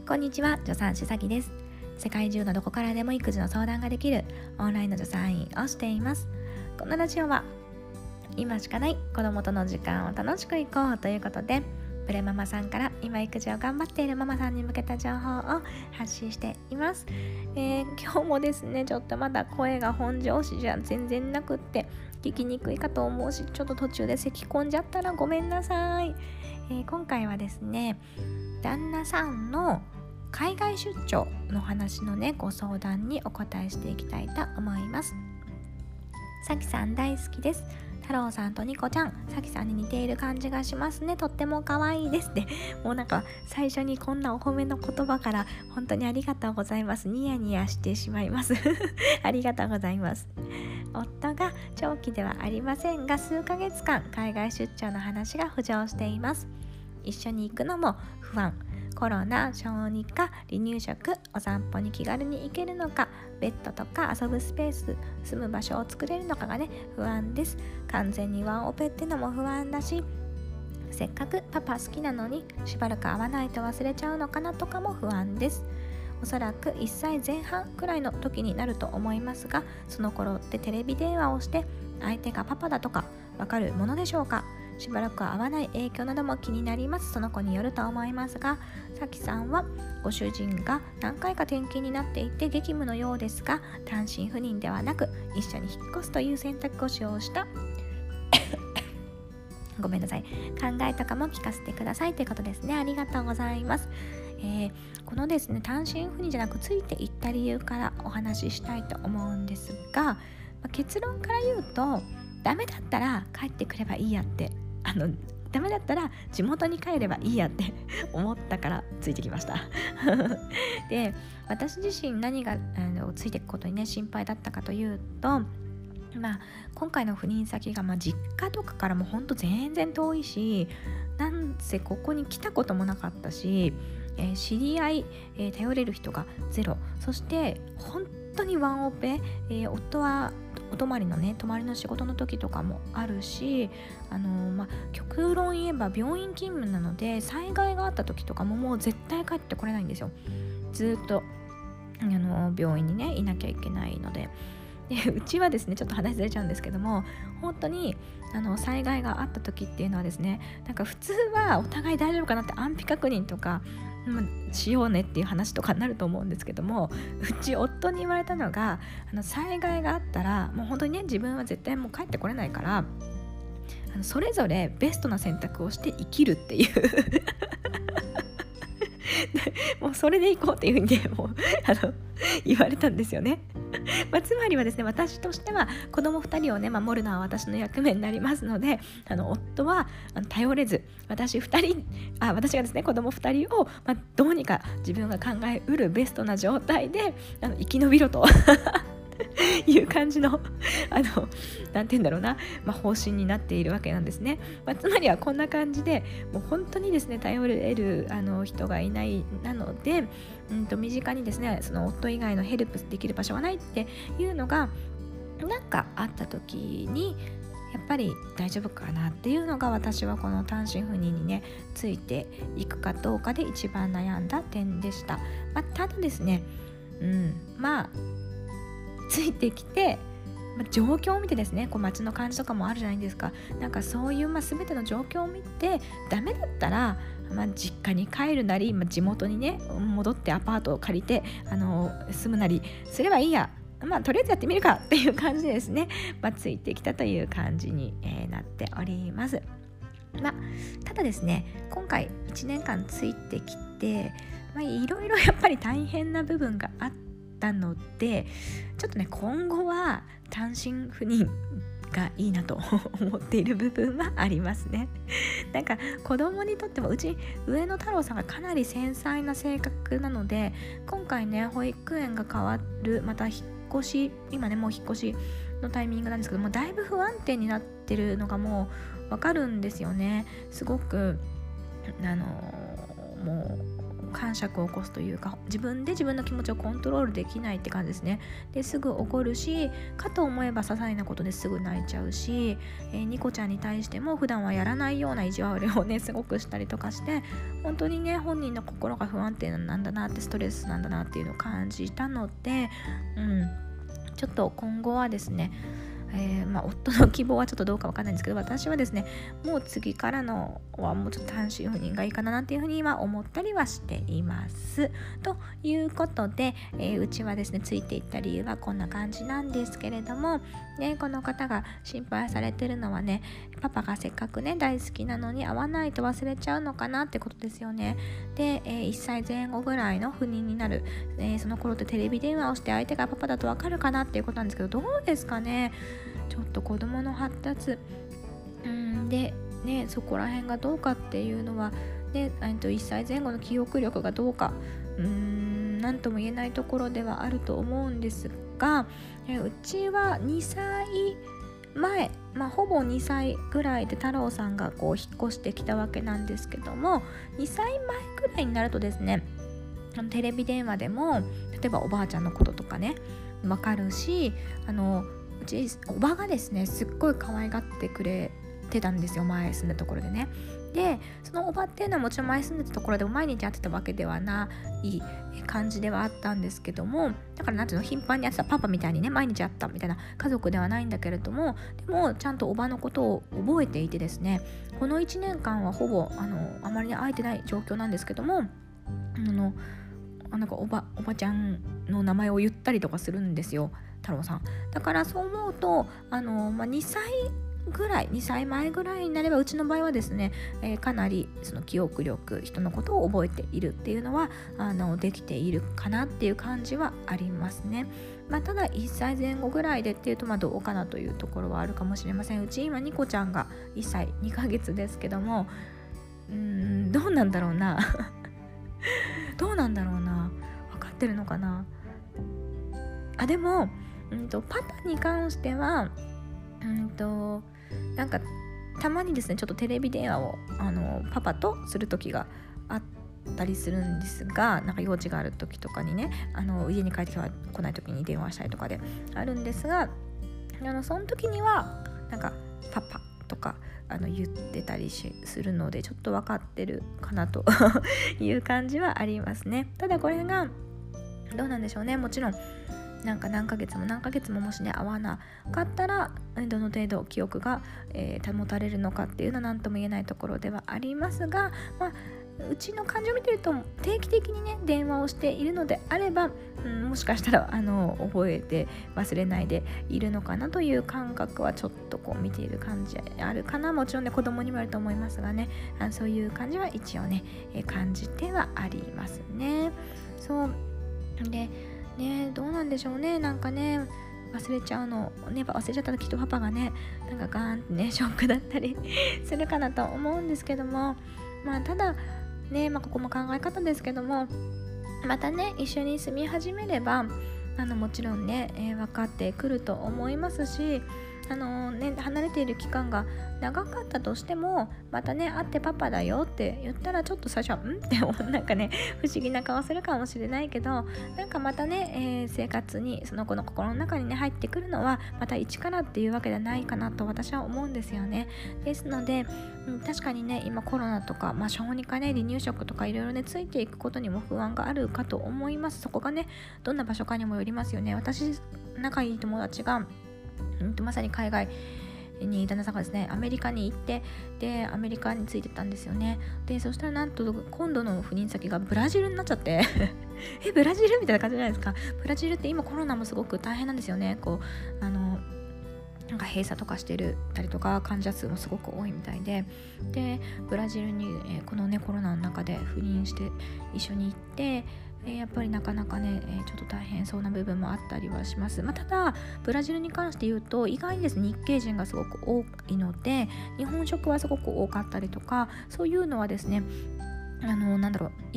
こんにちは、助産師さきです。世界中のどこからでも育児の相談ができるオンラインの助産院をしています。このラジオは今しかない子供との時間を楽しくいこうということで、プレママさんから今育児を頑張っているママさんに向けた情報を発信しています。今日もですね、ちょっとまだ声が本調子じゃ全然なくって聞きにくいかと思うし、ちょっと途中で咳込んじゃったらごめんなさい。今回はですね、旦那さんの海外出張の話のねご相談にお答えしていきたいと思います。さきさん大好きです。太郎さんとニコちゃん、さきさんに似ている感じがしますね。とっても可愛いですね。もうなんか最初にこんなお褒めの言葉から本当にありがとうございます。ニヤニヤしてしまいますありがとうございます。夫が長期ではありませんが、数ヶ月間海外出張の話が浮上しています。一緒に行くのも不安、コロナ、小児科、離乳食、お散歩に気軽に行けるのか、ベッドとか遊ぶスペース、住む場所を作れるのかがね不安です。完全にワンオペってのも不安だし、せっかくパパ好きなのにしばらく会わないと忘れちゃうのかなとかも不安です。おそらく1歳前半くらいの時になると思いますが、その頃ってテレビ電話をして相手がパパだとかわかるものでしょうか。しばらく会わない影響なども気になります。その子によると思いますが、さきさんはご主人が何回か転勤になっていて激務のようですが、単身赴任ではなく一緒に引っ越すという選択を使用したごめんなさい、考えとかも聞かせてくださいということですね。ありがとうございます。このですね、単身赴任じゃなくついていった理由からお話ししたいと思うんですが、結論から言うと、ダメだったら帰ってくればいいやって、ダメだったら地元に帰ればいいやって思ったからついてきましたで、私自身何がついていくことにね心配だったかというと、今回の赴任先が実家とかからもほんと全然遠いし、なんせここに来たこともなかったし、知り合い、頼れる人がゼロ、そして本当にワンオペ、夫はお泊まりのね泊まりの仕事の時とかもあるし、極論言えば病院勤務なので災害があった時とかももう絶対帰ってこれないんですよ。ずっと病院にねいなきゃいけないので、うちはですねちょっと話ずれちゃうんですけども、本当に災害があった時っていうのはですね、なんか普通はお互い大丈夫かなって安否確認とかしようねっていう話とかになると思うんですけども、うち夫に言われたのが、災害があったらもう本当にね自分は絶対もう帰ってこれないから、それぞれベストな選択をして生きるっていうもうそれでいこうっていう風にねもう言われたんですよねつまりはですね、私としては子供2人をね守るのは私の役目になりますので、夫は頼れず、私がですね子供2人を、どうにか自分が考えうるベストな状態で生き延びろという感じのなんて言うんだろうな、方針になっているわけなんですね。つまりはこんな感じで、もう本当にですね頼れる人がいないなので、身近にですねその夫以外のヘルプできる場所はないっていうのがなんかあった時にやっぱり大丈夫かなっていうのが、私はこの単身赴任にねついていくかどうかで一番悩んだ点でした。ただですね、ついてきて、状況を見てですね、こう街の感じとかもあるじゃないですか。なんかそういう、全ての状況を見てダメだったら、実家に帰るなり、地元にね戻ってアパートを借りて住むなりすればいいや、とりあえずやってみるかっていう感じでですね、ついてきたという感じに、なっております。ただですね、今回1年間ついてきて、いろいろやっぱり大変な部分があったので、ちょっとね今後は単身赴任がいいなと思っている部分はありますね。なんか子供にとっても、うち上の太郎さんがかなり繊細な性格なので、今回ね保育園が変わる、また引っ越し、今ねもう引っ越しのタイミングなんですけども、だいぶ不安定になってるのがもうわかるんですよね。すごくもう癇癪を起こすというか、自分で自分の気持ちをコントロールできないって感じですね。ですぐ怒るし、かと思えば些細なことですぐ泣いちゃうし、ニコちゃんに対しても普段はやらないような意地悪をねすごくしたりとかして、本当にね本人の心が不安定なんだなって、ストレスなんだなっていうのを感じたので、ちょっと今後はですね、夫の希望はちょっとどうかわかんないんですけど、私はですねもう次からのはもうちょっと単身赴任がいいかなっていうふうに今思ったりはしていますということで、うちはですねついていった理由はこんな感じなんですけれどもね、この方が心配されてるのはね、パパがせっかくね大好きなのに会わないと忘れちゃうのかなってことですよね。で、1歳前後ぐらいの赴任になる、その頃ってテレビ電話をして相手がパパだとわかるかなっていうことなんですけど、どうですかね。ちょっと子供の発達でね、そこら辺がどうかっていうのは、ね、1歳前後の記憶力がどうかなんとも言えないところではあると思うんですが、うちは2歳前、ほぼ2歳ぐらいで太郎さんがこう引っ越してきたわけなんですけども、2歳前ぐらいになるとですね、テレビ電話でも例えばおばあちゃんのこととかね分かるし、うちおばがですねすっごい可愛がってくれてたんですよ、前住んだところでね。でそのおばっていうのはもちろん前住んでたところでも毎日会ってたわけではない感じではあったんですけども、だからなんていうの、頻繁に会ってたパパみたいにね毎日会ったみたいな家族ではないんだけれども、でもちゃんとおばのことを覚えていてですね、この1年間はほぼあまり会えてない状況なんですけども、なんかおばちゃんの名前を言ったりとかするんですよ、太郎さん。だからそう思うと2歳前ぐらいになれば、うちの場合はですね、かなりその記憶力、人のことを覚えているっていうのはできているかなっていう感じはありますね。ただ1歳前後ぐらいでっていうとどうかなというところはあるかもしれません。うち今ニコちゃんが1歳2ヶ月ですけども、どうなんだろうなどうなんだろうな、分かってるのかな。でも、パパに関してはなんかたまにですねちょっとテレビ電話をパパとする時があったりするんですが、なんか用事がある時とかにね、家に帰ってこない時に電話したりとかであるんですが、その時にはなんかパパとか言ってたりするので、ちょっと分かってるかなという感じはありますね。ただこれがどうなんでしょうね。もちろんなんか何ヶ月ももしね会わなかったらどの程度記憶が、保たれるのかっていうのは何とも言えないところではありますが、うちの感じを見てると定期的にね電話をしているのであれば、もしかしたら覚えて忘れないでいるのかなという感覚はちょっとこう見ている感じあるかな。もちろんね子供にもあると思いますがね、そういう感じは一応ね、感じてはありますね。そうでね、どうなんでしょうね。なんかね忘れちゃうのね、忘れちゃったらきっとパパがねなんかガーンってねショックだったりするかなと思うんですけども、ただね、ここも考え方ですけども、またね一緒に住み始めればもちろんね、分かってくると思いますし、離れている期間が長かったとしてもまたね会ってパパだよって言ったらちょっと最初はってなんかね不思議な顔するかもしれないけど、なんかまたね、生活にその子の心の中にね入ってくるのはまた一からっていうわけではないかなと私は思うんですよね。ですので、確かにね今コロナとか、小児科ね離乳食とかいろいろねついていくことにも不安があるかと思います。そこがねどんな場所かにもよりますよね。私仲いい友達がまさに海外に旦那さんがですねアメリカに行って、でアメリカについてったんですよね。でそしたらなんと今度の赴任先がブラジルになっちゃってブラジルみたいな感じじゃないですか。ブラジルって今コロナもすごく大変なんですよね。こうなんか閉鎖とかしてるたりとか患者数もすごく多いみたいで、ブラジルに、このねコロナの中で赴任して一緒に行って、やっぱりなかなかね、ちょっと大変そうな部分もあったりはします。ただブラジルに関して言うと意外にですね日系人がすごく多いので、日本食はすごく多かったりとか、そういうのはですねいい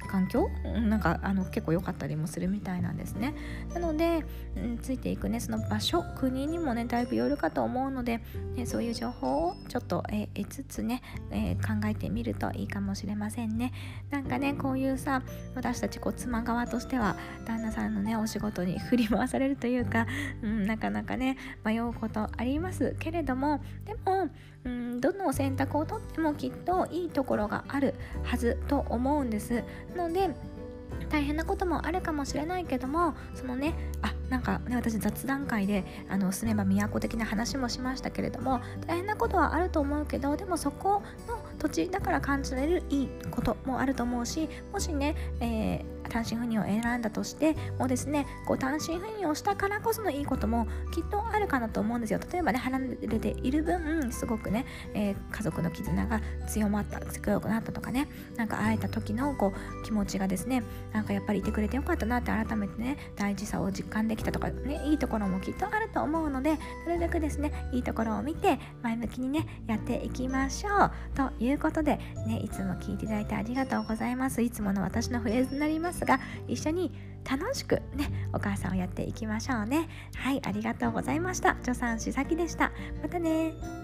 環境、なんか結構良かったりもするみたいなんですね。なので、ついていくねその場所、国にもねだいぶよるかと思うので、そういう情報をちょっと得つつね、考えてみるといいかもしれませんね。なんかねこういうさ、私たち妻側としては旦那さんのねお仕事に振り回されるというか、なかなかね迷うことありますけれども、でもどの選択をとってもきっといいところがあるはずと思うんです。なので大変なこともあるかもしれないけども、そのねなんかね私雑談会で住めば都的な話もしましたけれども、大変なことはあると思うけど、でもそこの土地だから感じられるいいこともあると思うし、もしね、単身赴任を選んだとしてもですね、単身赴任をしたからこそのいいこともきっとあるかなと思うんですよ。例えばね離れている分すごくね、家族の絆が強くなったとかね、なんか会えた時の気持ちがですね、なんかやっぱりいてくれてよかったなって改めてね大事さを実感できたとかね、いいところもきっとあると思うので、なるべくですねいいところを見て前向きにねやっていきましょうということでね、いつも聞いていただいてありがとうございます。いつもの私のフレーズになりますが、一緒に楽しくねお母さんをやっていきましょうね。はい、ありがとうございました。助産師さきでした。またね。